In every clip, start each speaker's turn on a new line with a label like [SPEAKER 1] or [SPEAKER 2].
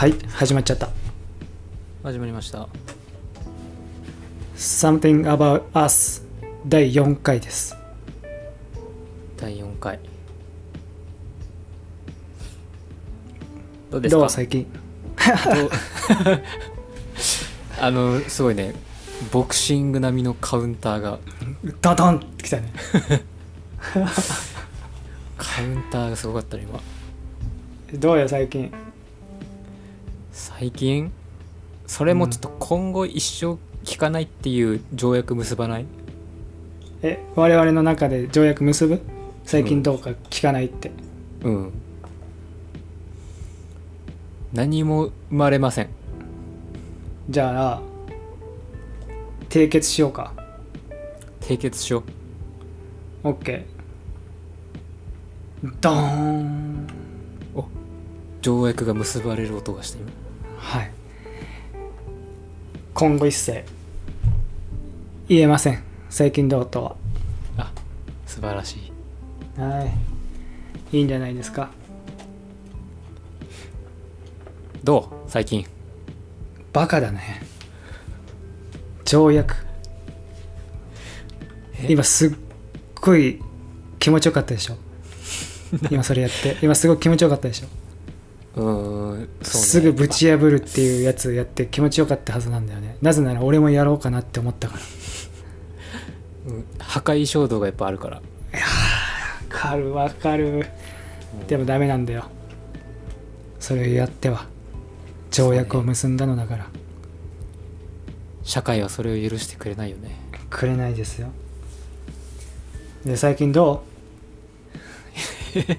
[SPEAKER 1] はい、始まっちゃった。
[SPEAKER 2] 始まりました。
[SPEAKER 1] Something About Us 第4回です。
[SPEAKER 2] 第4回どうですか？
[SPEAKER 1] どう最近
[SPEAKER 2] すごいね、ボクシング並みのカウンターが
[SPEAKER 1] ドドンってきたね
[SPEAKER 2] カウンターがすごかったね今。
[SPEAKER 1] どうよ最近。
[SPEAKER 2] 最近それもちょっと今後一生聞かないっていう条約結ばない？
[SPEAKER 1] 我々の中で条約結ぶ？最近どうか聞かないって。
[SPEAKER 2] うん、何も生まれません。
[SPEAKER 1] じゃあ締結しようか。
[SPEAKER 2] 締結しよ
[SPEAKER 1] う。 OK。 ドーン。
[SPEAKER 2] お、条約が結ばれる音がしている。
[SPEAKER 1] はい。今後一切言えません。最近どうとは。
[SPEAKER 2] あ、素晴らしい。
[SPEAKER 1] はい、いいんじゃないですか。
[SPEAKER 2] どう最近。
[SPEAKER 1] バカだね。条約。今すっごい気持ちよかったでしょ今それやって今すごい気持ちよかったでしょ。
[SPEAKER 2] そうね、
[SPEAKER 1] すぐぶち破るっていうやつやって気持ちよかったはずなんだよね。なぜなら俺もやろうかなって思ったから、
[SPEAKER 2] 破壊衝動がやっぱあるから。
[SPEAKER 1] いやーわかる、でもダメなんだよそれをやっては。条約を結んだのだから、
[SPEAKER 2] 社会はそれを許してくれないよね。
[SPEAKER 1] くれないですよ。で最近どう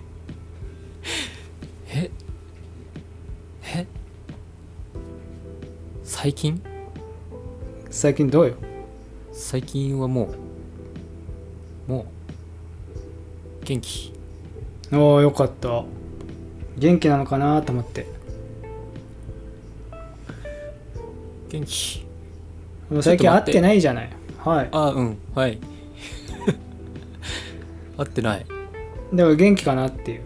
[SPEAKER 1] 最近どうよ。
[SPEAKER 2] 最近はもう元気。
[SPEAKER 1] おーよかった。元気なのかなと思って。
[SPEAKER 2] 元気。
[SPEAKER 1] 最近会ってないじゃない。はい。
[SPEAKER 2] はい会ってない。
[SPEAKER 1] だから元気かなっていう。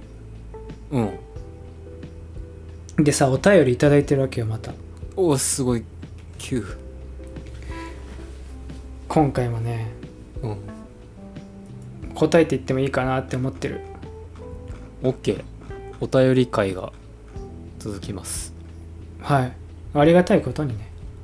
[SPEAKER 1] でさ、お便りいただいてるわけよまた。
[SPEAKER 2] おーすごい。9。
[SPEAKER 1] 今回もね、答えていってもいいかなって思ってる。
[SPEAKER 2] OK。 お便り会が続きます。
[SPEAKER 1] はい、ありがたいことにね。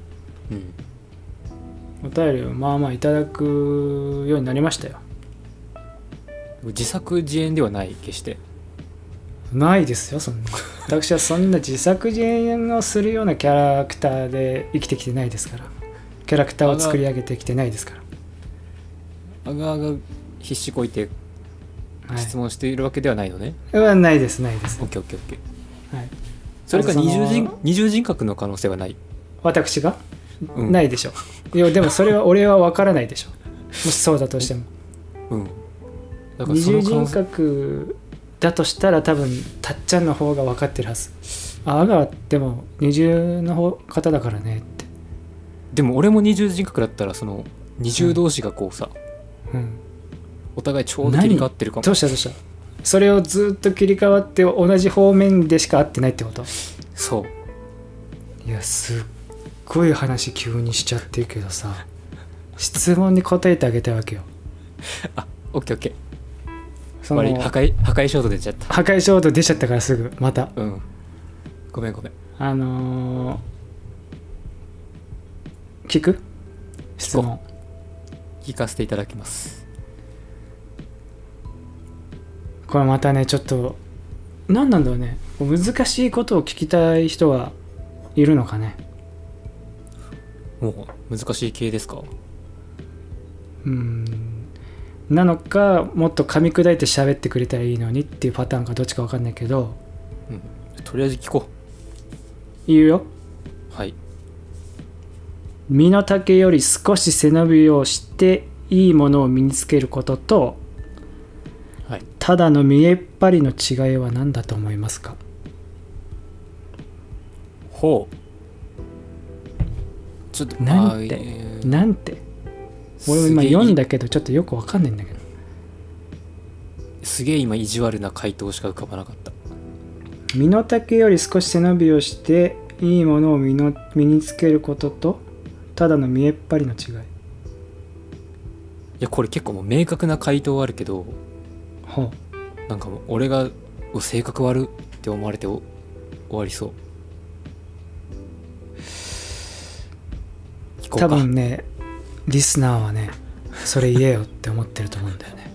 [SPEAKER 1] お便りをまあまあいただくようになりましたよ。
[SPEAKER 2] 自作自演ではない。決して
[SPEAKER 1] ないですよそんな私はそんな自作自演をするようなキャラクターで生きてきてないですから。キャラクターを作り上げてきてないですから。
[SPEAKER 2] あがあが必死こいて質問しているわけではないのね。
[SPEAKER 1] ないですないです。
[SPEAKER 2] OKOKOK。
[SPEAKER 1] はい。
[SPEAKER 2] それか二重人格の可能性はない。
[SPEAKER 1] 私が、ないでしょ。いやでもそれは俺は分からないでしょもしそうだとしても。
[SPEAKER 2] だから
[SPEAKER 1] 二重人格だとしたら多分たっちゃんの方が分かってるはず。あがでも二重の方だからねって。
[SPEAKER 2] でも俺も二重人格だったらその二重同士がこうさ、お互いちょうど切り替わってるかも。
[SPEAKER 1] どうしたそれをずっと切り替わって同じ方面でしか合ってないってこと？
[SPEAKER 2] そう。
[SPEAKER 1] いやすっごい話急にしちゃってるけどさ、質問に答えてあげたいわけよ。
[SPEAKER 2] あ、OKOK。
[SPEAKER 1] その
[SPEAKER 2] 破壊衝動出ちゃった。
[SPEAKER 1] 破壊衝動出ちゃったからすぐまた。
[SPEAKER 2] ごめん。
[SPEAKER 1] 聞く？質問
[SPEAKER 2] 聞かせていただきます。
[SPEAKER 1] これまたねちょっと何なんだろうね。難しいことを聞きたい人がいるのかね。
[SPEAKER 2] もう難しい系ですか？
[SPEAKER 1] なのかもっと噛み砕いて喋ってくれたらいいのにっていうパターンかどっちか分かんないけど、
[SPEAKER 2] とりあえず聞こ
[SPEAKER 1] う。言うよ。
[SPEAKER 2] はい。
[SPEAKER 1] 身の丈より少し背伸びをしていいものを身につけることと、ただの見えっ張りの違いは何だと思いますか？
[SPEAKER 2] ほう。ちょっと
[SPEAKER 1] なんて俺今読んだけどちょっとよく分かんないんだけど。
[SPEAKER 2] すげえ今意地悪な回答しか浮かばなかった。
[SPEAKER 1] 身の丈より少し背伸びをしていいものを身につけることとただの見えっ張りの違い。
[SPEAKER 2] いやこれ結構もう明確な回答はあるけど、
[SPEAKER 1] ほ
[SPEAKER 2] なんかもう俺が性格悪って思われて終わりそう。聞こうか。
[SPEAKER 1] 多分ねリスナーはねそれ言えよって思ってると思うんだよね。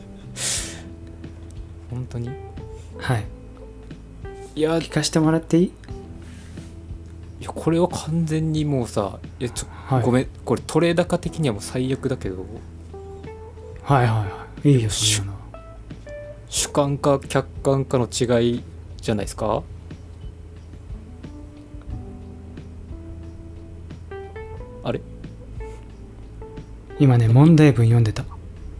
[SPEAKER 2] 本当に？
[SPEAKER 1] はい。
[SPEAKER 2] いや
[SPEAKER 1] 聞かせてもらっていい？
[SPEAKER 2] いやこれは完全にもうさ、いや
[SPEAKER 1] はい、
[SPEAKER 2] ごめん、これ取れ高的にはもう最悪だけど、
[SPEAKER 1] はいはいはいいいよそんなの。
[SPEAKER 2] 主観か客観かの違いじゃないですか。あれ
[SPEAKER 1] 今ね問題文読んでた。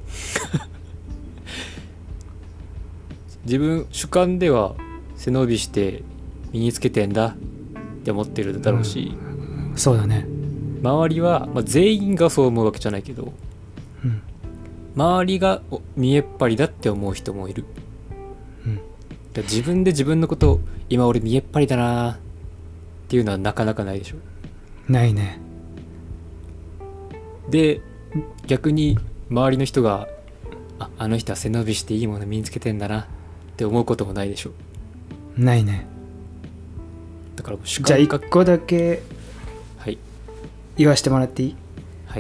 [SPEAKER 2] 自分主観では背伸びして身につけてんだって思ってるだろうし、
[SPEAKER 1] そうだね。
[SPEAKER 2] 周りは、全員がそう思うわけじゃないけど、周りが見えっ張りだって思う人もいる。だ自分で自分のことを今俺見えっ張りだなっていうのはなかなかないでしょ。
[SPEAKER 1] ないね。
[SPEAKER 2] で逆に周りの人があの人は背伸びしていいもの身につけてんだなって思うこともないでしょ。
[SPEAKER 1] ないね。
[SPEAKER 2] だから主
[SPEAKER 1] じゃあ
[SPEAKER 2] 観か。
[SPEAKER 1] 1個だけ
[SPEAKER 2] はい
[SPEAKER 1] 言わせてもらっていい？
[SPEAKER 2] はい。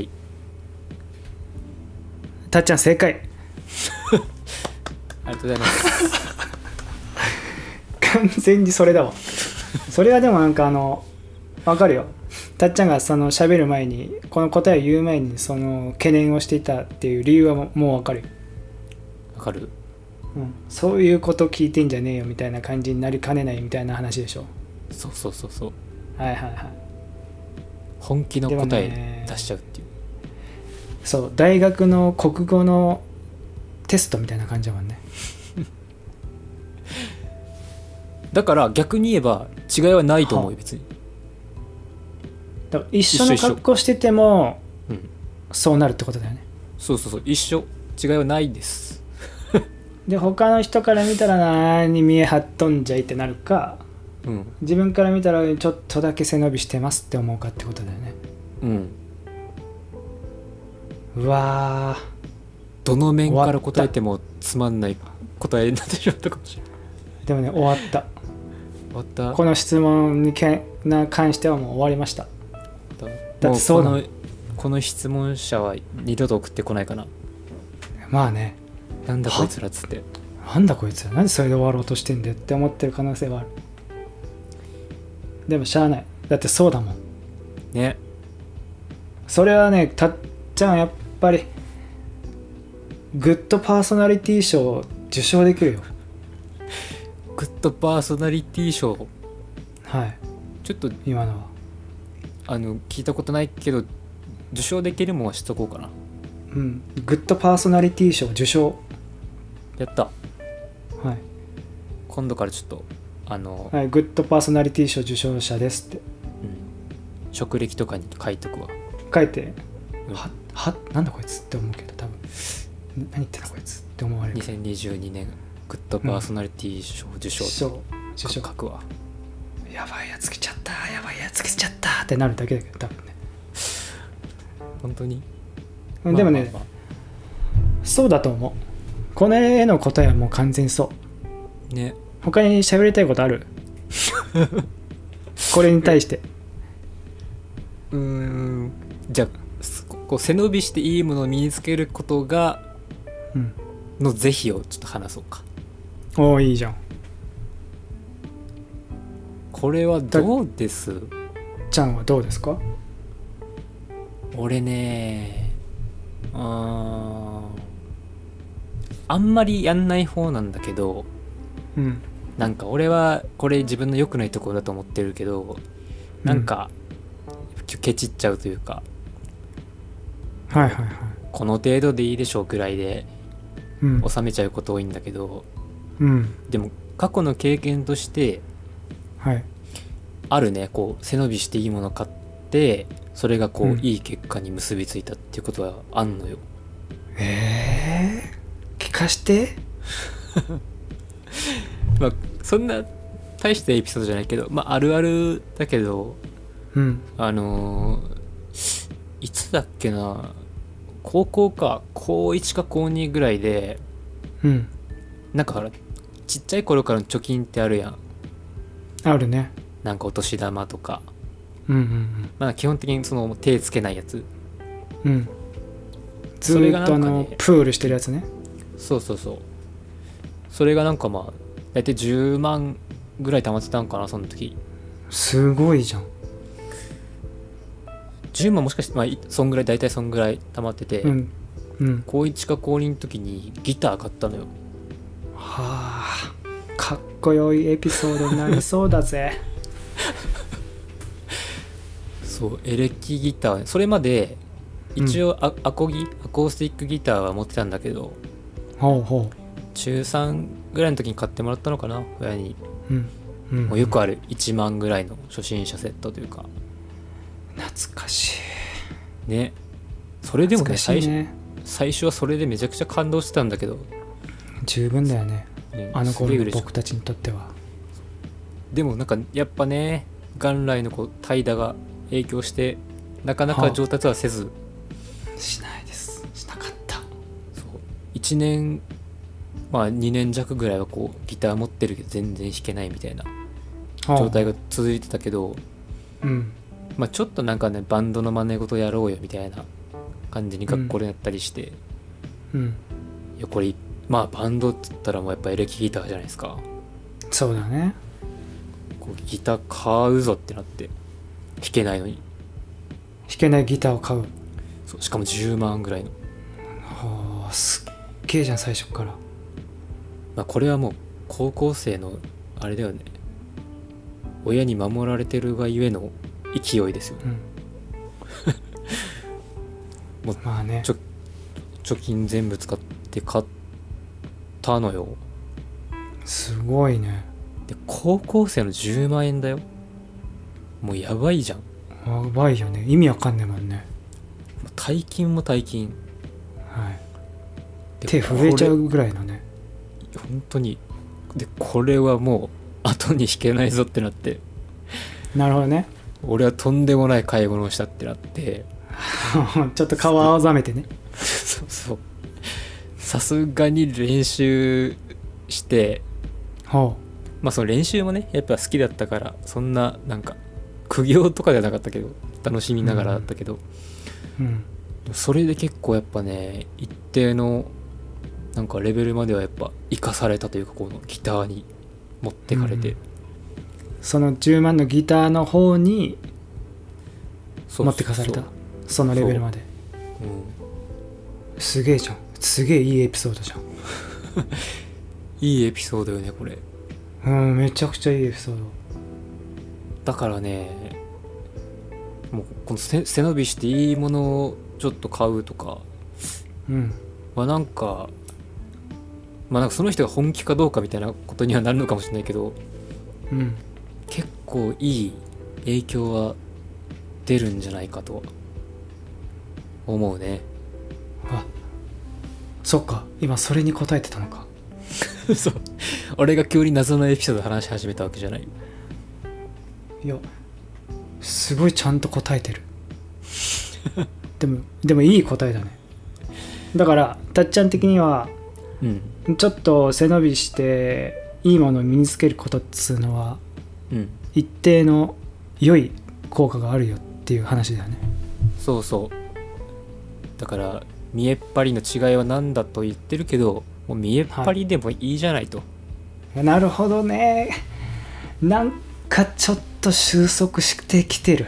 [SPEAKER 1] たっちゃん正解。
[SPEAKER 2] ありがとうございます。
[SPEAKER 1] 完全にそれだわ。それはでもなんかわかるよ。たっちゃんがその喋る前にこの答えを言う前にその懸念をしていたっていう理由はもうわかるよ。
[SPEAKER 2] わかる？
[SPEAKER 1] そういうこと聞いてんじゃねえよみたいな感じになりかねないみたいな話でしょ。
[SPEAKER 2] そうそうそうそう。
[SPEAKER 1] はいはいはい。
[SPEAKER 2] 本気の答え出しちゃうっていう。
[SPEAKER 1] そう大学の国語のテストみたいな感じだもんね。
[SPEAKER 2] だから逆に言えば違いはないと思うよ別に。
[SPEAKER 1] だから一緒の格好しててもそうなるってことだよね。
[SPEAKER 2] そうそうそう一緒。違いはないです。
[SPEAKER 1] で他の人から見たら何見え張っとんじゃいってなるか、自分から見たらちょっとだけ背伸びしてますって思うかってことだよね。うわー、
[SPEAKER 2] どの面から答えてもつまんない答えになってしまったかもしれない。
[SPEAKER 1] でもね終わった。
[SPEAKER 2] 終わった。
[SPEAKER 1] この質問に関してはもう終わりました。だってそうなの。
[SPEAKER 2] この質問者は二度と送ってこないかな。
[SPEAKER 1] まあね。
[SPEAKER 2] なんだこいつらっつって。
[SPEAKER 1] なんだこいつらなんでそれで終わろうとしてんだよって思ってる可能性はある。でもしゃあない。だってそうだもん
[SPEAKER 2] ね。
[SPEAKER 1] それはねたっちゃんやっぱりグッドパーソナリティ賞を受賞できるよ。
[SPEAKER 2] グッドパーソナリティ賞。
[SPEAKER 1] はい。
[SPEAKER 2] ちょっと
[SPEAKER 1] 今のは
[SPEAKER 2] 聞いたことないけど受賞できるもんはしとこうかな。
[SPEAKER 1] グッドパーソナリティ賞受賞。
[SPEAKER 2] やった。
[SPEAKER 1] はい。
[SPEAKER 2] 今度からちょっと
[SPEAKER 1] はい、グッドパーソナリティ賞受賞者ですって、
[SPEAKER 2] 職歴とかに書いとくわ。
[SPEAKER 1] 書いて、なんだこいつって思うけど多分何言ってんだこいつって思われる。
[SPEAKER 2] 2022年グッドパーソナリティ賞受賞
[SPEAKER 1] 受賞
[SPEAKER 2] 書くわ。
[SPEAKER 1] やばいやつ来ちゃったやばいやつ来ちゃったってなるだけだけど多分ね。
[SPEAKER 2] 本当に
[SPEAKER 1] でもね、そうだと思う。この絵の答えはもう完全にそう
[SPEAKER 2] ね。
[SPEAKER 1] 他に喋りたいことある？これに対して。
[SPEAKER 2] じゃあこう背伸びしていいものを身につけることが、の是非をちょっと話そうか。
[SPEAKER 1] おーいいじゃん。
[SPEAKER 2] これはどうです？
[SPEAKER 1] ちゃんはどうですか？
[SPEAKER 2] 俺ねあんまりやんない方なんだけど、なんか俺はこれ自分の良くないところだと思ってるけど、なんかケチっちゃうというか、この程度でいいでしょうくらいで収めちゃうこと多いんだけど、でも過去の経験として、あるね、こう背伸びしていいもの買ってそれがこう、いい結果に結びついたっていうことはあんのよ。
[SPEAKER 1] 聞かして。
[SPEAKER 2] まあそんな大したエピソードじゃないけど、まあ、あるあるだけど、
[SPEAKER 1] うん、
[SPEAKER 2] いつだっけな、高校か高1か高2ぐらいで、
[SPEAKER 1] うん、
[SPEAKER 2] なんかほらちっちゃい頃からの貯金ってあるやん。
[SPEAKER 1] あるね。
[SPEAKER 2] なんかお年玉とか、
[SPEAKER 1] うんうんうん、
[SPEAKER 2] まあ基本的にその手つけないやつ、
[SPEAKER 1] うん、ずっとプールしてるやつね。
[SPEAKER 2] そうそうそう。それがなんかまあ大体10万ぐらい貯まってたんかな、その時。
[SPEAKER 1] すごいじゃん。
[SPEAKER 2] 10万もしかして、まあそんぐらい、大体そんぐらい貯まってて、
[SPEAKER 1] うんうん、
[SPEAKER 2] 高1か高2の時にギター買ったのよ。
[SPEAKER 1] はあ、かっこよいエピソードになりそうだぜ。
[SPEAKER 2] そうエレキギター、それまで一応アコースティックギターは持ってたんだけど、
[SPEAKER 1] ほうほう、
[SPEAKER 2] 中3ぐらいの時に買ってもらったのかな、親に。
[SPEAKER 1] うんうんうん、
[SPEAKER 2] もうよくある1万ぐらいの初心者セットというか。
[SPEAKER 1] 懐かしい
[SPEAKER 2] ね。それでもね、
[SPEAKER 1] ね、
[SPEAKER 2] 最初はそれでめちゃくちゃ感動してたんだけど、
[SPEAKER 1] 十分だよね、あの頃の僕たちにとっては。
[SPEAKER 2] でもなんかやっぱね、元来のこう怠惰が影響してなかなか上達はせず、
[SPEAKER 1] しないです、しなかった。そう
[SPEAKER 2] 1年まあ2年弱ぐらいはこうギター持ってるけど全然弾けないみたいな状態が続いてたけど、
[SPEAKER 1] うん、
[SPEAKER 2] まあちょっとなんかね、バンドの真似事やろうよみたいな感じに学校でやったりして、
[SPEAKER 1] うん、
[SPEAKER 2] いやこれまあバンドっつったらもうやっぱエレキギターじゃないですか。
[SPEAKER 1] そうだね。
[SPEAKER 2] こうギター買うぞってなって、弾けないのに
[SPEAKER 1] 弾けないギターを買う。
[SPEAKER 2] そう、しかも10万ぐらいの。
[SPEAKER 1] はあ、すっげえじゃん最初から。
[SPEAKER 2] まあこれはもう高校生のあれだよね、親に守られてるがゆえの勢いですよ、
[SPEAKER 1] うん、もうまあね、
[SPEAKER 2] 貯金全部使って買ったのよ。
[SPEAKER 1] すごいね。
[SPEAKER 2] で高校生の10万円だよ。もうやばいじゃん。
[SPEAKER 1] やばいよね、意味わかんねえもんね。
[SPEAKER 2] 大金も大金、
[SPEAKER 1] はい、手震えちゃうぐらいのね。
[SPEAKER 2] 本当に。でこれはもう後に引けないぞってなって、
[SPEAKER 1] なるほどね。
[SPEAKER 2] 俺はとんでもない買い物をしたってなって
[SPEAKER 1] ちょっと顔青ざめてね。
[SPEAKER 2] そうそう、さすがに練習して、
[SPEAKER 1] ほ
[SPEAKER 2] う、まあその練習もねやっぱ好きだったから、そんななんか苦行とかじゃなかったけど楽しみながらだったけど、
[SPEAKER 1] うん、
[SPEAKER 2] それで結構やっぱね、一定のなんかレベルまではやっぱ生かされたというか、このギターに持ってかれて、
[SPEAKER 1] その10万のギターの方に持ってかされた。そのレベルまで。すげえじゃん。すげえいいエピソードじゃん。
[SPEAKER 2] いいエピソードよねこれ。
[SPEAKER 1] めちゃくちゃいいエピソード
[SPEAKER 2] だからね、もうこの背伸びしていいものをちょっと買うとかはなんか、まあなんかその人が本気かどうかみたいなことにはなるのかもしれないけど、結構いい影響は出るんじゃないかと思うね。
[SPEAKER 1] あ、そっか、今それに答えてたのか。
[SPEAKER 2] そう、俺が急に謎のエピソード話し始めたわけじゃない。
[SPEAKER 1] いや、すごいちゃんと答えてる。でもいい答えだね。だからたっちゃん的には、ちょっと背伸びしていいものを身につけることっつうのは、一定の良い効果があるよっていう話だよね。
[SPEAKER 2] そうそう。だから見えっ張りの違いは何だと言ってるけど、もう見えっ張りでもいいじゃないと。
[SPEAKER 1] なるほどね。なんかちょっと収束してきてる。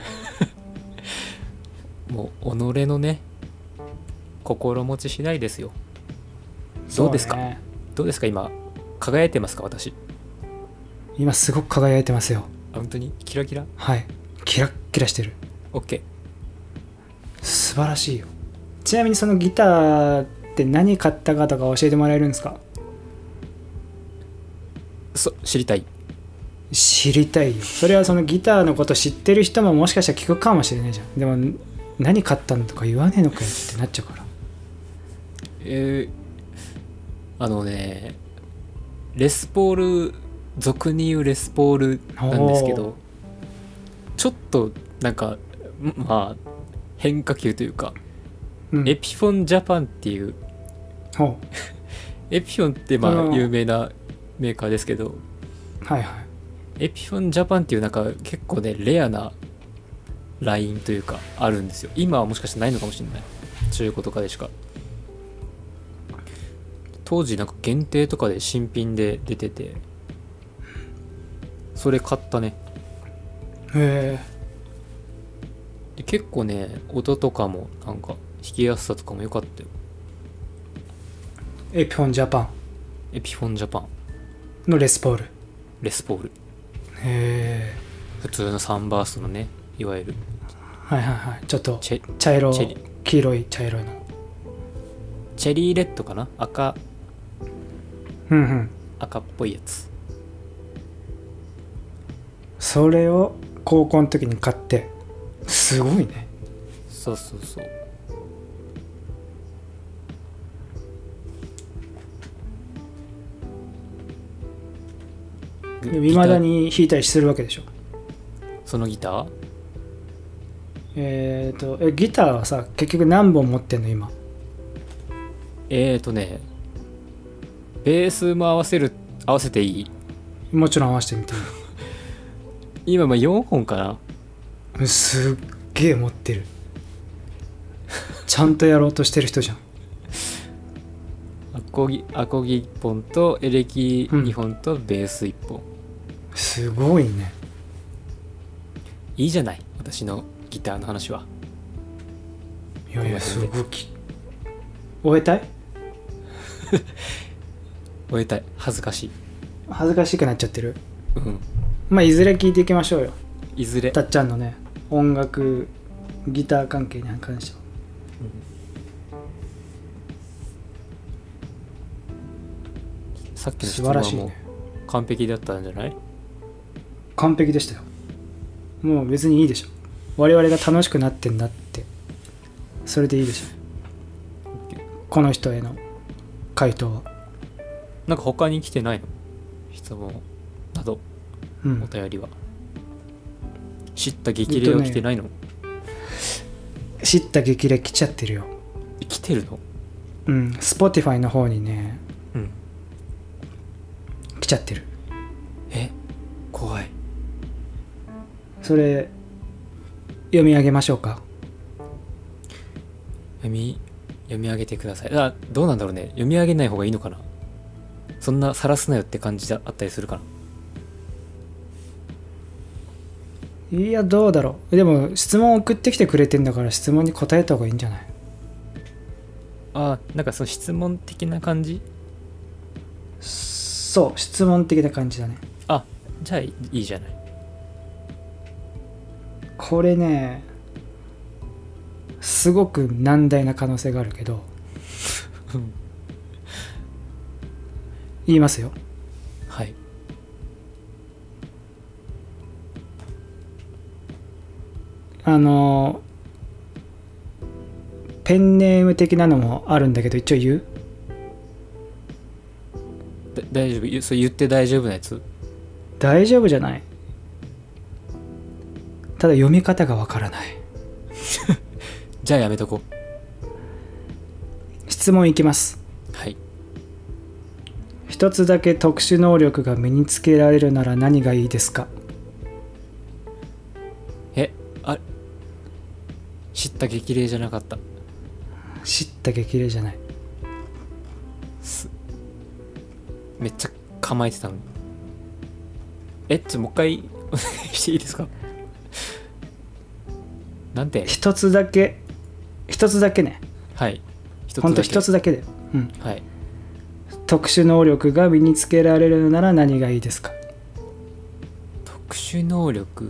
[SPEAKER 2] もう己のね、心持ち次第ですよ。どうですか、どうですか、今輝いてますか？私
[SPEAKER 1] 今すごく輝いてますよ。
[SPEAKER 2] 本当にキラキラ？
[SPEAKER 1] はい、キラッキラしてる。
[SPEAKER 2] OK、
[SPEAKER 1] 素晴らしいよ。ちなみにそのギターって何買ったかとか教えてもらえるんですか？
[SPEAKER 2] 知りたい。
[SPEAKER 1] 知りたいよ。それはそのギターのこと知ってる人ももしかしたら聞くかもしれないじゃん。でも何買ったのとか言わねえのかよってなっちゃうから。
[SPEAKER 2] あのね、レスポール俗に言うレスポールなんですけど、ちょっとなんかまあ変化球というか、エピフォンジャパンっていうエピフォンってまあ有名なメーカーですけど、
[SPEAKER 1] はいはい、
[SPEAKER 2] エピフォンジャパンっていうなんか結構ねレアなラインというかあるんですよ。今はもしかしてないのかもしれない、中古とかでしか。当時なんか限定とかで新品で出てて、それ買ったね。
[SPEAKER 1] へ
[SPEAKER 2] え。結構ね音とかもなんか弾きやすさとかも良かったよ。
[SPEAKER 1] エピフォンジャパン、
[SPEAKER 2] エピフォンジャパン
[SPEAKER 1] のレスポール、
[SPEAKER 2] レスポール。
[SPEAKER 1] へえ。
[SPEAKER 2] 普通のサンバーストのね、いわゆる
[SPEAKER 1] はいはいはい、ちょっと茶色、黄色い茶色いの、
[SPEAKER 2] チェリーレッドかな、赤、赤っぽいやつ。
[SPEAKER 1] それを高校の時に買って、すごいね。
[SPEAKER 2] そうそうそう。
[SPEAKER 1] いまだに弾いたりするわけでしょ、
[SPEAKER 2] そのギタ
[SPEAKER 1] ー。ギターはさ、結局何本持ってんの今？
[SPEAKER 2] ベースも合わせていい？
[SPEAKER 1] もちろん合わせてみていい。
[SPEAKER 2] 今4本か
[SPEAKER 1] な。すっげえ持ってる。ちゃんとやろうとしてる人じゃん。
[SPEAKER 2] アコギ1本とエレキ2本とベース1本、
[SPEAKER 1] すごいね。
[SPEAKER 2] いいじゃない、私のギターの話は。
[SPEAKER 1] いやいや、すごい。終えたい
[SPEAKER 2] 終えたい。恥ずかし
[SPEAKER 1] くなっちゃってる。
[SPEAKER 2] ま
[SPEAKER 1] あいずれ聞いていきましょうよ、
[SPEAKER 2] いずれ。
[SPEAKER 1] たっちゃんのね、音楽ギター関係に関しては。
[SPEAKER 2] さっきの質問はもう完璧だったんじゃない？
[SPEAKER 1] 完璧でしたよ。もう別にいいでしょ、我々が楽しくなってんだって、それでいいでしょ、この人への回答は。
[SPEAKER 2] なんか他に来てないの？質問など、お便りは。知った激励は来てないの？
[SPEAKER 1] 知った激励来ちゃってるよ。
[SPEAKER 2] 来てるの？
[SPEAKER 1] Spotify の方にね、来ちゃってる。
[SPEAKER 2] 怖い。
[SPEAKER 1] それ読み上げましょうか。
[SPEAKER 2] 読み上げてください。どうなんだろうね、読み上げない方がいいのかな。そんな晒すなよって感じであったりするかな。
[SPEAKER 1] いや、どうだろう。でも質問送ってきてくれてんだから、質問に答えた方がいいんじゃない？
[SPEAKER 2] なんかその質問的な感じ？
[SPEAKER 1] そう、質問的な感じだね。
[SPEAKER 2] じゃあいいじゃない。
[SPEAKER 1] これね、すごく難題な可能性があるけど言いますよ。
[SPEAKER 2] はい。
[SPEAKER 1] ペンネーム的なのもあるんだけど、一応言う？
[SPEAKER 2] 大丈夫？それ言って大丈夫なやつ？
[SPEAKER 1] 大丈夫じゃない。ただ読み方がわからない
[SPEAKER 2] じゃあやめとこ
[SPEAKER 1] う。質問いきます。
[SPEAKER 2] はい。
[SPEAKER 1] 一つだけ特殊能力が身につけられるなら何がいいですか？
[SPEAKER 2] 知った激励じゃなかった。
[SPEAKER 1] 知った激励じゃない。
[SPEAKER 2] めっちゃ構えてたのに。もう一回お願いしていいですか？なんて？
[SPEAKER 1] 一つだけね。
[SPEAKER 2] はい。
[SPEAKER 1] ほんと一つだけで。
[SPEAKER 2] はい。
[SPEAKER 1] 特殊能力が身につけられるなら何がいいですか？
[SPEAKER 2] 特殊能力。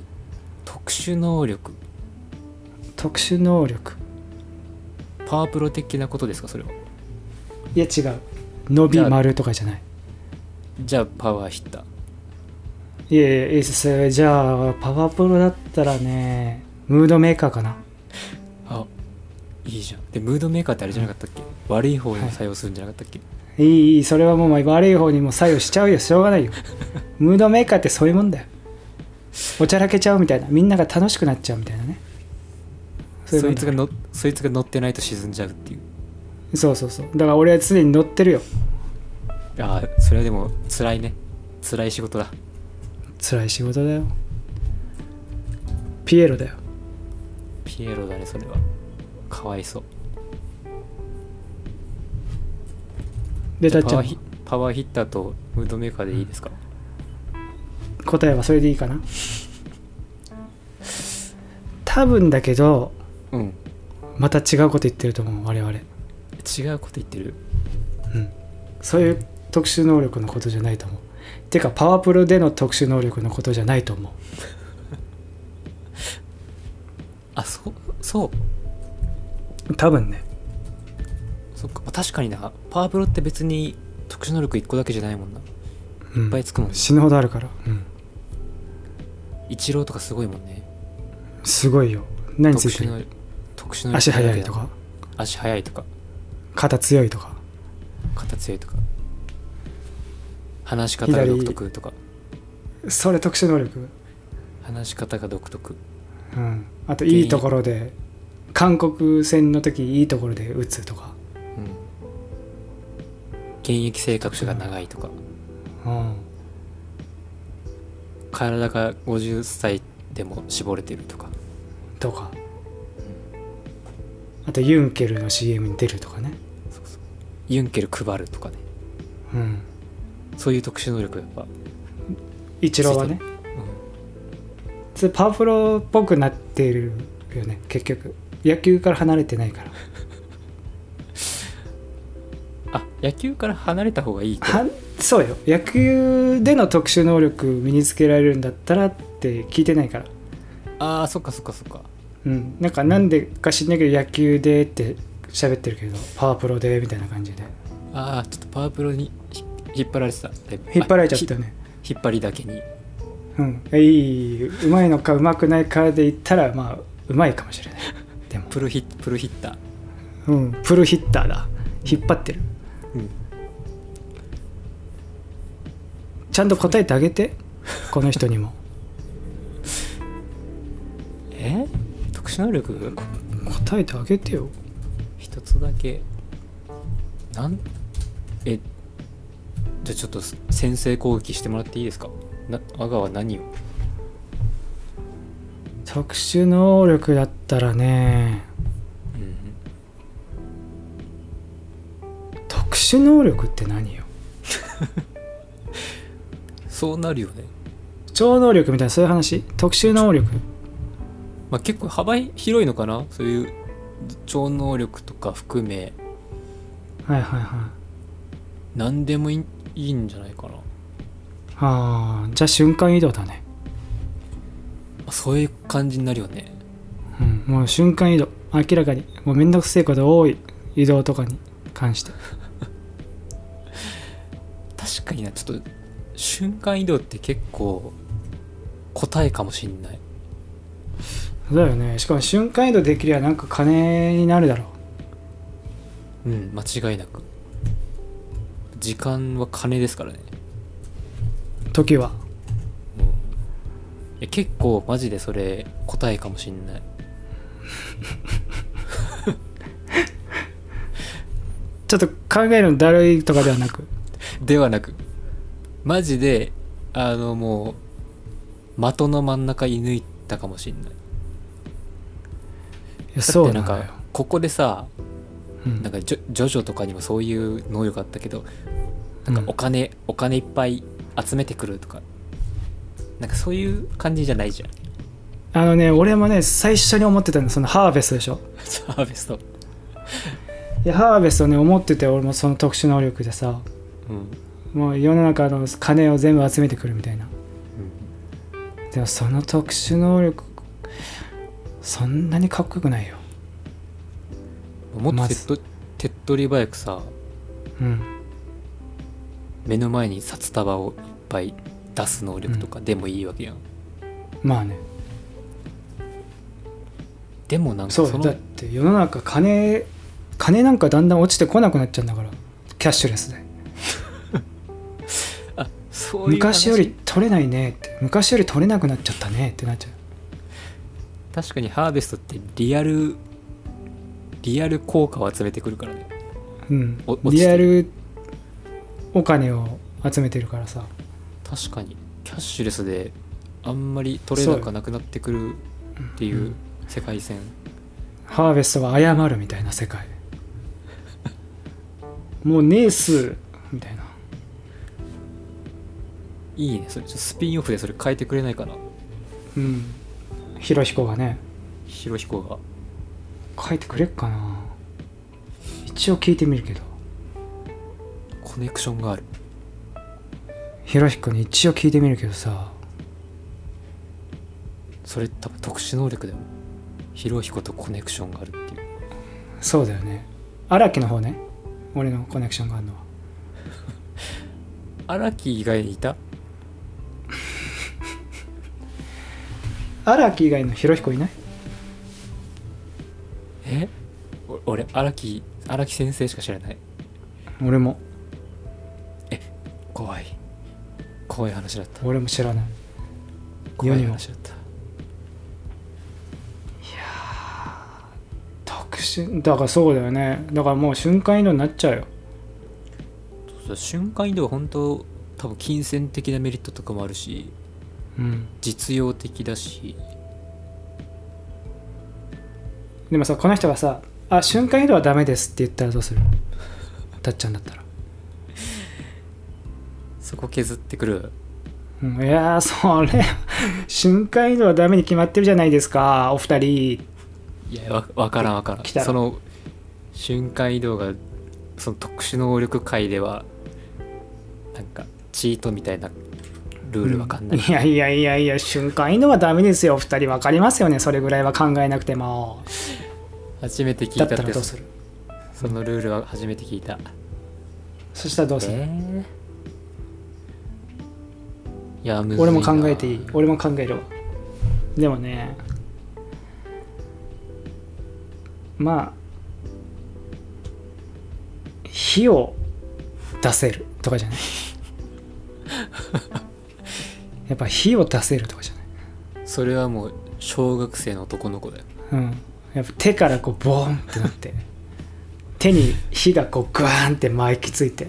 [SPEAKER 2] パワープロ的なことですか、それは？
[SPEAKER 1] いや違う。伸び丸とかじゃない。
[SPEAKER 2] じゃあパワーヒッター。
[SPEAKER 1] いやじゃあパワープロだったらね、ムードメーカーかな。
[SPEAKER 2] いいじゃん。でムードメーカーってあれじゃなかったっけ？悪い方に作用するんじゃなかったっけ？
[SPEAKER 1] いいそれはもう悪い方にも作用しちゃうよ。しょうがないよ。ムードメーカーってそういうもんだよ。おちゃらけちゃうみたいな、みんなが楽しくなっちゃうみたいなね。
[SPEAKER 2] そいつが乗ってないと沈んじゃうっていう。
[SPEAKER 1] そうだから俺は常に乗ってるよ。
[SPEAKER 2] ああ、それはでも辛いね。辛い仕事だ。
[SPEAKER 1] 辛い仕事だよ。ピエロだよ。
[SPEAKER 2] ピエロだね、それは。かわいそう。
[SPEAKER 1] でたっちゃん
[SPEAKER 2] パワーヒッターとムードメーカーでいいですか？
[SPEAKER 1] 答えはそれでいいかな。多分だけど、
[SPEAKER 2] うん、
[SPEAKER 1] また違うこと言ってると思う。我々違
[SPEAKER 2] うこと言ってる。
[SPEAKER 1] うん、そういう特殊能力のことじゃないと思う。てかパワプロでの特殊能力のことじゃないと思う。
[SPEAKER 2] あ、そう
[SPEAKER 1] 多分ね。
[SPEAKER 2] そっか、確かにな。パワプロって別に特殊能力1個だけじゃないもんな。いっぱいつくもん、ね、
[SPEAKER 1] 死ぬほどあるから。
[SPEAKER 2] イチローとかすごいもんね。
[SPEAKER 1] すごいよ。何ついてる？
[SPEAKER 2] 特殊能力。
[SPEAKER 1] 足速いとか。
[SPEAKER 2] 足速いとか。
[SPEAKER 1] 肩強いとか。
[SPEAKER 2] 話し方が独特とか。
[SPEAKER 1] それ特殊能力。
[SPEAKER 2] 話し方が独特。
[SPEAKER 1] あといいところで韓国戦の時いいところで打つとか。
[SPEAKER 2] 現役生活が長いとか。体が50歳でも絞れてるとか。
[SPEAKER 1] あとユンケルの CM に出るとかね。
[SPEAKER 2] そうユンケル配るとかね。そういう特殊能力やっぱ
[SPEAKER 1] イチローはね、それパワプロっぽくなっているよね。結局野球から離れてないから。
[SPEAKER 2] あ、野球から離れた方がいい。
[SPEAKER 1] そうよ。野球での特殊能力身につけられるんだったらって聞いてないから。
[SPEAKER 2] ああ、そっか。
[SPEAKER 1] なんでか知んないけど野球でって喋ってるけどパワプロでみたいな感じで。
[SPEAKER 2] ああ、ちょっとパワプロに引っ張られてた。
[SPEAKER 1] 引っ張られちゃったよね。
[SPEAKER 2] 引っ張りだけに。
[SPEAKER 1] うまいのかうまくないかで言ったらまあうまいかもしれない。でも
[SPEAKER 2] プルヒッタ
[SPEAKER 1] ー。プルヒッターだ。引っ張ってる。ちゃんと答えてあげて。この人にも。
[SPEAKER 2] 特殊能力？
[SPEAKER 1] 答えてあげてよ。
[SPEAKER 2] 一つだけ。じゃあちょっと先制攻撃してもらっていいですか？阿川は何を？
[SPEAKER 1] 特殊能力だったらね、特殊能力って何よ？
[SPEAKER 2] そうなるよね。
[SPEAKER 1] 超能力みたいなそういう話？特殊能力？
[SPEAKER 2] まあ結構幅広いのかな？そういう超能力とか含め。何でもいいんじゃないかな。
[SPEAKER 1] じゃあ瞬間移動だね。
[SPEAKER 2] そういう感じになるよね。
[SPEAKER 1] もう瞬間移動。明らかにもうめんどくせえこと多い。移動とかに関して。
[SPEAKER 2] 確かにな。ちょっと瞬間移動って結構答えかもしんない。
[SPEAKER 1] だよね。しかも瞬間移動できりゃなんか金になるだろ
[SPEAKER 2] う。間違いなく。時間は金ですからね。
[SPEAKER 1] 時は。
[SPEAKER 2] 結構マジでそれ答えかもしんない。
[SPEAKER 1] ちょっと考えるのだるいとかではなく
[SPEAKER 2] マジでもう的の真ん中射抜いたかもしんない。
[SPEAKER 1] そう
[SPEAKER 2] なんかここでさ、なんかジョジョとかにもそういう能力あったけど、なんかお金いっぱい集めてくるとか、なんかそういう感じじゃないじゃん。
[SPEAKER 1] 俺もね最初に思ってたのそのハーベストでしょ。
[SPEAKER 2] ハーベスト。
[SPEAKER 1] いやハーベストね思ってて、俺もその特殊能力でさ、もう世の中の金を全部集めてくるみたいな。でもその特殊能力そんなにかっこよくないよ。
[SPEAKER 2] もっと手っ取り早くさ、目の前に札束をいっぱい出す能力とかでもいいわけやん。
[SPEAKER 1] まあね。
[SPEAKER 2] でもなんか
[SPEAKER 1] そうだって世の中金なんかだんだん落ちてこなくなっちゃうんだから、キャッシュレスで。
[SPEAKER 2] そういう話。
[SPEAKER 1] 昔より取れないねって、昔より取れなくなっちゃったねってなっちゃう。
[SPEAKER 2] 確かにハーベストってリアル効果を集めてくるからね。
[SPEAKER 1] うん、リアルお金を集めてるからさ。
[SPEAKER 2] 確かにキャッシュレスであんまり取れ高なくなってくるっていう世界線。
[SPEAKER 1] ハーベストは謝るみたいな世界。もうネースみたいな。
[SPEAKER 2] いいね、それスピンオフでそれ変えてくれないかな。
[SPEAKER 1] うん、ヒロヒコがね、
[SPEAKER 2] ヒロヒコが
[SPEAKER 1] 変えてくれっかな。一応聞いてみるけど。
[SPEAKER 2] コネクションがある。
[SPEAKER 1] ヒロヒコに一応聞いてみるけどさ。
[SPEAKER 2] それ多分特殊能力だよ。ヒロヒコとコネクションがあるっていう。
[SPEAKER 1] そうだよね。荒木の方ね、俺のコネクションがあるのは。
[SPEAKER 2] 荒木以外にいた？
[SPEAKER 1] 荒木以外のヒロヒコいない？
[SPEAKER 2] 俺荒木先生しか知らない。
[SPEAKER 1] 俺も。
[SPEAKER 2] 怖い話だった。
[SPEAKER 1] 俺も知らない。
[SPEAKER 2] 怖い話だった。い
[SPEAKER 1] や特殊だから。そうだよね。だからもう瞬間移動になっちゃうよ。
[SPEAKER 2] 瞬間移動は本当多分金銭的なメリットとかもあるし、
[SPEAKER 1] うん、
[SPEAKER 2] 実用的だし。
[SPEAKER 1] でもさ、この人がさ、瞬間移動はダメですって言ったらどうする？たっちゃんだったら。
[SPEAKER 2] そこ削ってくる。
[SPEAKER 1] いやそれ瞬間移動はダメに決まってるじゃないですか、お二人。
[SPEAKER 2] いや、わからん。その瞬間移動がその特殊能力界ではなんかチートみたいなルールわかんない、
[SPEAKER 1] いや瞬間移動はダメですよ、お二人。わかりますよね、それぐらいは考えなくても。
[SPEAKER 2] 初めて聞いたって。
[SPEAKER 1] だったらどうする？
[SPEAKER 2] そのルールは初めて聞いた。
[SPEAKER 1] そしたらどうする？
[SPEAKER 2] いや、むずいな。
[SPEAKER 1] 俺も考えていい？俺も考えるわ。でもね、まあ火を出せるとかじゃない？やっぱ火を出せるとかじゃない？
[SPEAKER 2] それはもう小学生の男の子だよ。
[SPEAKER 1] うん。やっぱ手からこうボーンってなって手に火がこうグワーンって巻きついて。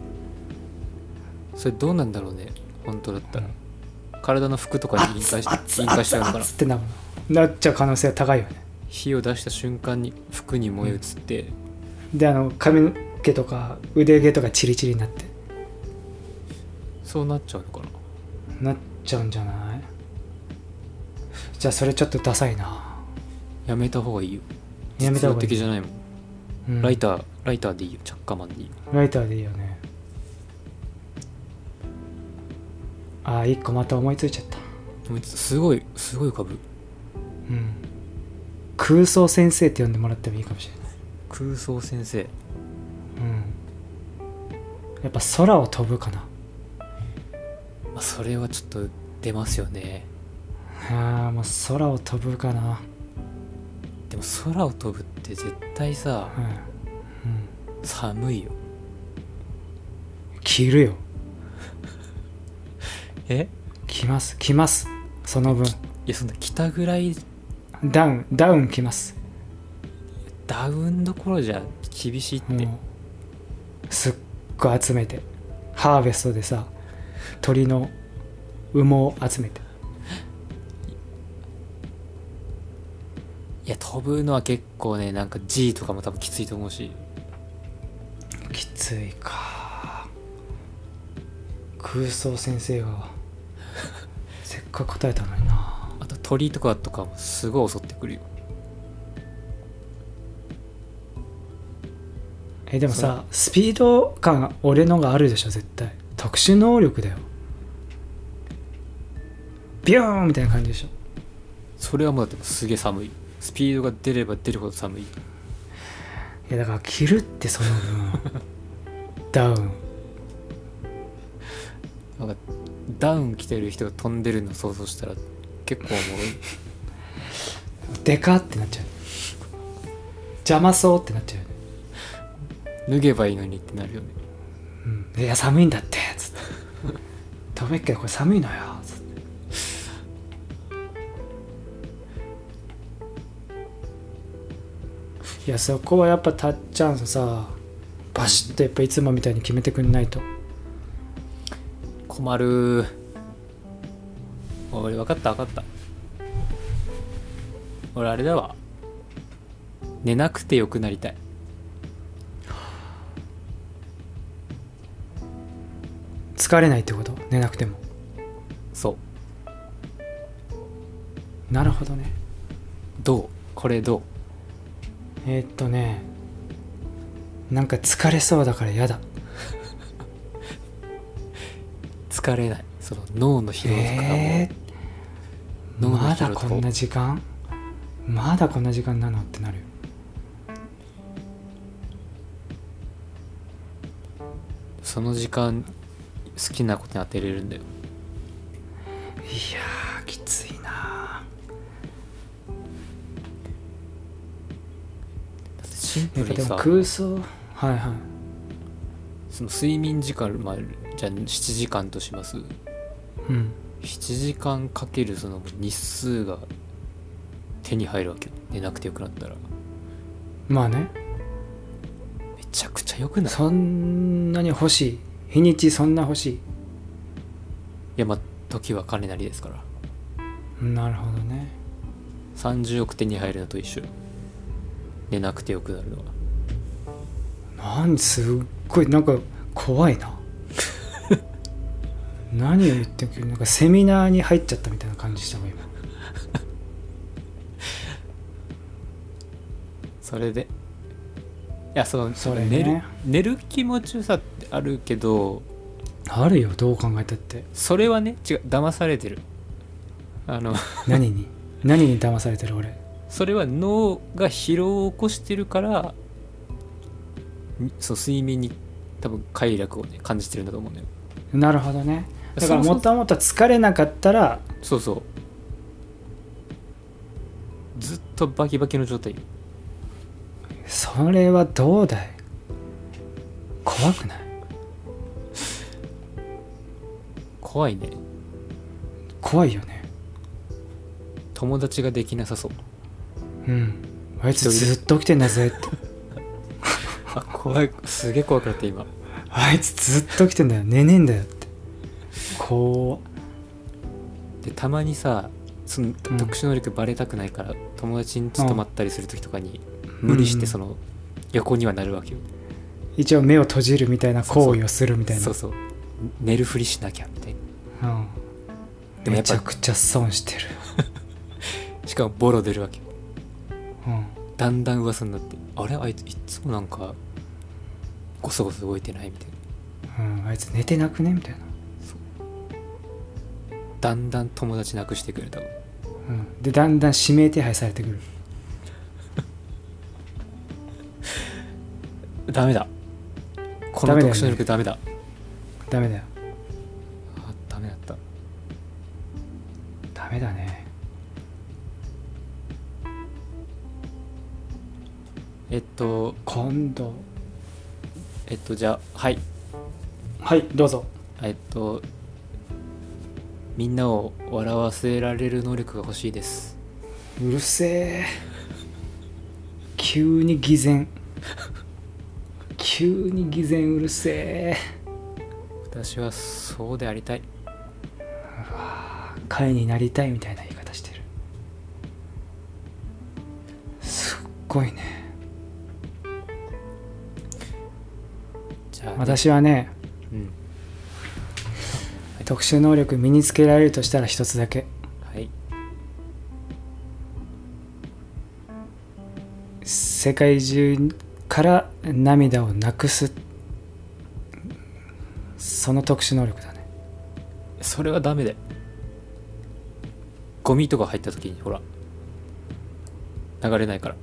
[SPEAKER 2] それどうなんだろうね、本当だったら。体の服とかに引火しちゃうのかな。
[SPEAKER 1] ってなっちゃう可能性は高いよね。
[SPEAKER 2] 火を出した瞬間に服に燃え移って、
[SPEAKER 1] で髪の毛とか腕毛とかチリチリになって。
[SPEAKER 2] そうなっちゃうのかな。
[SPEAKER 1] なっちゃうんじゃない？じゃあそれちょっとダサいな。
[SPEAKER 2] やめた方がいいよ。
[SPEAKER 1] やめた方がいい。
[SPEAKER 2] 実用的じゃないもん、うん、ライターでいいよ。チャッカマンでいいよ。
[SPEAKER 1] ライターでいいよね。一個また思いついちゃった。
[SPEAKER 2] すごい浮かぶ。
[SPEAKER 1] うん。空想先生って呼んでもらってもいいかもしれない。
[SPEAKER 2] 空想先生。
[SPEAKER 1] うん。やっぱ空を飛ぶかな。
[SPEAKER 2] まあ、それはちょっと出ますよね。
[SPEAKER 1] もう空を飛ぶかな。
[SPEAKER 2] でも空を飛ぶって絶対さ、寒いよ。
[SPEAKER 1] 着るよ。着ます。その分。
[SPEAKER 2] いや、そんな着たぐらい。
[SPEAKER 1] ダウン着ます。
[SPEAKER 2] ダウンどころじゃ厳しいって。
[SPEAKER 1] すっごい集めて、ハーベストでさ、鳥の羽毛を集めて。
[SPEAKER 2] いや、飛ぶのは結構ね、なんか G とかも多分きついと思うし。
[SPEAKER 1] きついか。空想先生がせっかく答えたのにな。
[SPEAKER 2] あと鳥とかもすごい襲ってくるよ。
[SPEAKER 1] でもさ、スピード感俺のがあるでしょ絶対。特殊能力だよ。ビューンみたいな感じでしょ。
[SPEAKER 2] それはもうだってすげえ寒い。スピードが出れば出るほど寒い。い
[SPEAKER 1] やだから着るってその分ダウン。
[SPEAKER 2] なんかダウン着てる人が飛んでるの想像したら結構おもろい。
[SPEAKER 1] でかってなっちゃう。邪魔そうってなっちゃうよね。脱
[SPEAKER 2] げばいいのにってなるよね。
[SPEAKER 1] いや寒いんだってつってとべっけどこれ寒いのよ。いやそこはやっぱたっちゃんとさバシッとやっぱいつもみたいに決めてくんないと。
[SPEAKER 2] 困る。俺分かった俺あれだわ、寝なくてよくなりたい。
[SPEAKER 1] 疲れないってこと？寝なくても。
[SPEAKER 2] そう
[SPEAKER 1] なるほどね。
[SPEAKER 2] どうこれどう？
[SPEAKER 1] なんか疲れそうだから嫌だ。
[SPEAKER 2] 疲れない。その脳の疲労とかも、脳の
[SPEAKER 1] ま
[SPEAKER 2] 疲労とか
[SPEAKER 1] だこんな時間なのってなるよ。
[SPEAKER 2] その時間好きなことに当てれるんだよ。
[SPEAKER 1] いやーきついな。
[SPEAKER 2] だってシンプルにさ、
[SPEAKER 1] でも空想はいはい
[SPEAKER 2] その睡眠時間、じゃあ7時間とします。7時間かけるその日数が手に入るわけよ。寝なくてよくなったら。
[SPEAKER 1] まあね。
[SPEAKER 2] めちゃくちゃよくない？
[SPEAKER 1] そんなに欲しい？日にちそんな欲しい？
[SPEAKER 2] いや時は金なりですから。
[SPEAKER 1] なるほどね。
[SPEAKER 2] 30億手に入るのと一緒。寝なくてよくなるのは。
[SPEAKER 1] すっごいなんか怖いな。何を言ってる？なんかセミナーに入っちゃったみたいな感じしたもん今。
[SPEAKER 2] それでいやそれ、ね、寝る気持ちよさってあるけど、
[SPEAKER 1] あるよどう考えたって。
[SPEAKER 2] それはね違う、騙されてる。
[SPEAKER 1] 何に騙されてる俺。
[SPEAKER 2] それは脳が疲労を起こしてるから、そう睡眠に多分快楽をね感じてるんだと思うんだよ。
[SPEAKER 1] なるほどね。だからもともと疲れなかったら
[SPEAKER 2] そうずっとバキバキの状態。
[SPEAKER 1] それはどうだい？怖くない？
[SPEAKER 2] 怖いね。
[SPEAKER 1] 怖いよね。
[SPEAKER 2] 友達ができなさそう。
[SPEAKER 1] あいつずっと起きてんだぜって。
[SPEAKER 2] 怖い。すげえ怖くなって今。
[SPEAKER 1] あいつずっと起きてんだよ、寝ねえんだよって。
[SPEAKER 2] でたまにさ、その特殊能力バレたくないから、友達に泊まったりする時とかに無理してその横にはなるわけよ。
[SPEAKER 1] 一応目を閉じるみたいな行為をするみたいな。
[SPEAKER 2] そう寝るふりしなきゃみたいな。
[SPEAKER 1] でもめちゃくちゃ損してる。
[SPEAKER 2] しかもボロ出るわけよ。だんだん噂になって、あれあいついつもなんかゴソゴソ動いてないみたい
[SPEAKER 1] な。あいつ寝てなくねみたいな。
[SPEAKER 2] だんだん友達なくしてくる多分。
[SPEAKER 1] でだんだん指名手配されてくる。
[SPEAKER 2] ダメだ。この特殊能力ダメだ。
[SPEAKER 1] ダメだよ。
[SPEAKER 2] ダメだった。
[SPEAKER 1] ダメだね。今度
[SPEAKER 2] じゃあはい
[SPEAKER 1] どうぞ。
[SPEAKER 2] みんなを笑わせられる能力が欲しいです。
[SPEAKER 1] うるせえ。急に偽善うるせえ。
[SPEAKER 2] 私はそうでありたい。
[SPEAKER 1] 貝になりたいみたいな言い方してる。すっごいね。じゃあね、私はね、特殊能力身につけられるとしたら一つだけ。世界中から涙をなくす、その特殊能力だね。
[SPEAKER 2] それはダメで。ゴミとか入った時にほら流れないから。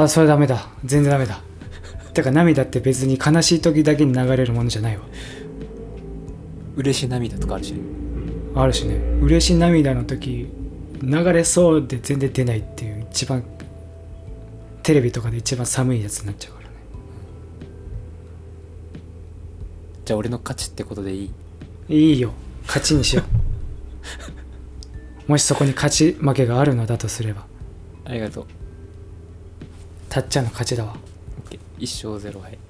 [SPEAKER 1] それダメだ。全然ダメだ。てか涙って別に悲しい時だけに流れるものじゃないわ。
[SPEAKER 2] 嬉しい涙とかあるしね。
[SPEAKER 1] あるしね。嬉しい涙の時流れそうで全然出ないっていう一番テレビとかで一番寒いやつになっちゃうからね。
[SPEAKER 2] じゃあ俺の勝ちってことでいい？
[SPEAKER 1] いいよ。 勝ちにしようもしそこに勝ち負けがあるのだとすれば。
[SPEAKER 2] ありがとう。
[SPEAKER 1] たっちゃんの勝ちだわ。
[SPEAKER 2] OK。 1勝0敗。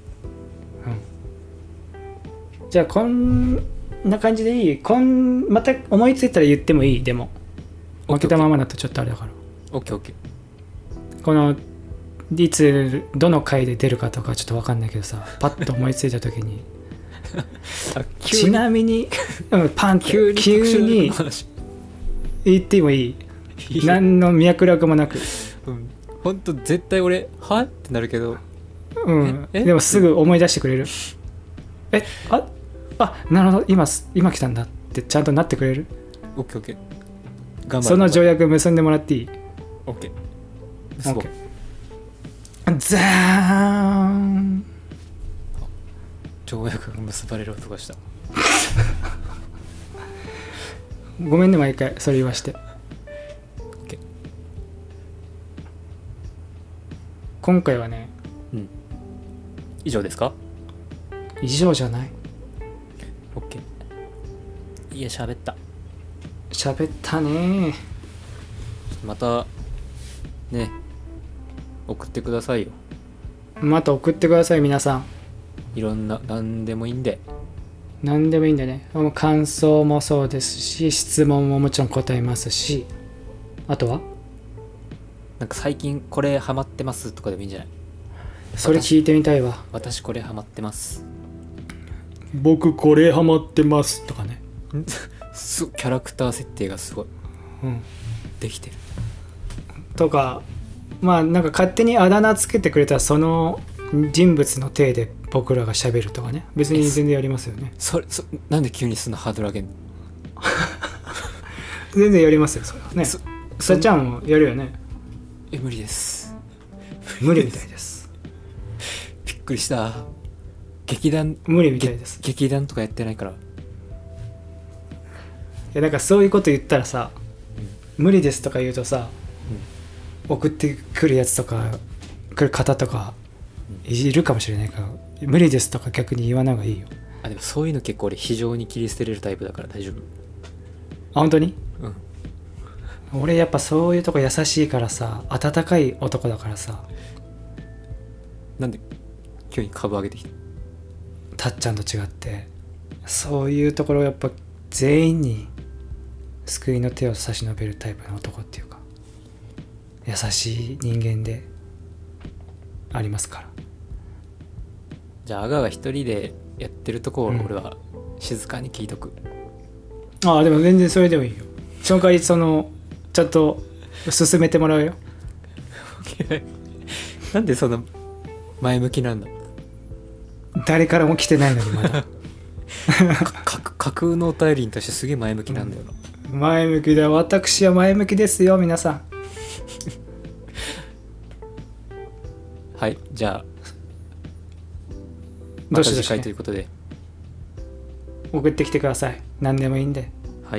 [SPEAKER 1] じゃあこんな感じでいい？また思いついたら言ってもいい？でも負けたままだとちょっとあれだから。
[SPEAKER 2] OKOK。
[SPEAKER 1] このいつどの回で出るかとかちょっと分かんないけどさ、パッと思いついた時にちなみにパンって急に言ってもいい？何の脈絡もなく、
[SPEAKER 2] ほんと絶対俺はってなるけど、
[SPEAKER 1] でもすぐ思い出してくれる？なるほど、今来たんだってちゃんとなってくれる？
[SPEAKER 2] OKOK。 頑張る。
[SPEAKER 1] その条約結んでもらっていい？
[SPEAKER 2] OK。
[SPEAKER 1] ザーン。
[SPEAKER 2] 条約が結ばれる音がした。
[SPEAKER 1] ごめんね、毎回それ言わして。
[SPEAKER 2] OK。
[SPEAKER 1] 今回はね、
[SPEAKER 2] 以上ですか？
[SPEAKER 1] 以上じゃない。
[SPEAKER 2] OK。 いや、喋った
[SPEAKER 1] ね。
[SPEAKER 2] またね、送ってくださいよ。
[SPEAKER 1] また送ってください、皆さん。
[SPEAKER 2] いろんな、何でもいいんで。
[SPEAKER 1] 何でもいいんでね。感想もそうですし、質問ももちろん答えますし、あとは
[SPEAKER 2] なんか最近これハマってますとかでもいいんじゃない？
[SPEAKER 1] それ聞いてみたいわ。
[SPEAKER 2] 私これハマってます。
[SPEAKER 1] 僕これハマってますとかね。
[SPEAKER 2] キャラクター設定がすごい、できてる
[SPEAKER 1] とか、なんか勝手にあだ名つけてくれたらその人物の体で僕らが喋るとかね。別に全然やりますよね。
[SPEAKER 2] なんで急にそんなハードル上げんの？
[SPEAKER 1] 全然やりますよ、それはね。さっちゃんもやるよね。
[SPEAKER 2] 無理です。
[SPEAKER 1] 無理みたいです。
[SPEAKER 2] びっくりした。劇団
[SPEAKER 1] 無理みたいです。
[SPEAKER 2] 劇団とかやってないから。
[SPEAKER 1] なんかそういうこと言ったらさ、無理ですとか言うとさ、送ってくるやつとか来る方とかいるかもしれないから、無理ですとか逆に言わない方がいいよ。
[SPEAKER 2] でもそういうの結構俺非常に切り捨てれるタイプだから大丈夫。
[SPEAKER 1] 本当に？俺やっぱそういうとこ優しいからさ、温かい男だからさ。
[SPEAKER 2] なんで急に株上げてきた？
[SPEAKER 1] たっちゃんと違ってそういうところをやっぱ全員に救いの手を差し伸べるタイプの男っていうか、優しい人間でありますから。
[SPEAKER 2] じゃあアガが一人でやってるとこを俺は静かに聞いとく。
[SPEAKER 1] でも全然それでもいいよ。その代わりちゃんと進めてもらうよ。
[SPEAKER 2] なんでそんな前向きなんだ？
[SPEAKER 1] 誰からも来てないのにまだ
[SPEAKER 2] 架空のお便りに対してすげえ前向きなんだよな。
[SPEAKER 1] 前向きだ。私は前向きですよ、皆さん。
[SPEAKER 2] はい、じゃあまた次回ということで
[SPEAKER 1] 送ってきてください。何でもいいんで。
[SPEAKER 2] はい。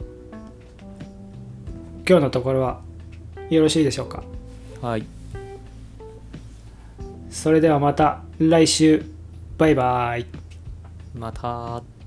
[SPEAKER 1] 今日のところはよろしいでしょうか？
[SPEAKER 2] はい。
[SPEAKER 1] それではまた来週。バイバイ。
[SPEAKER 2] また。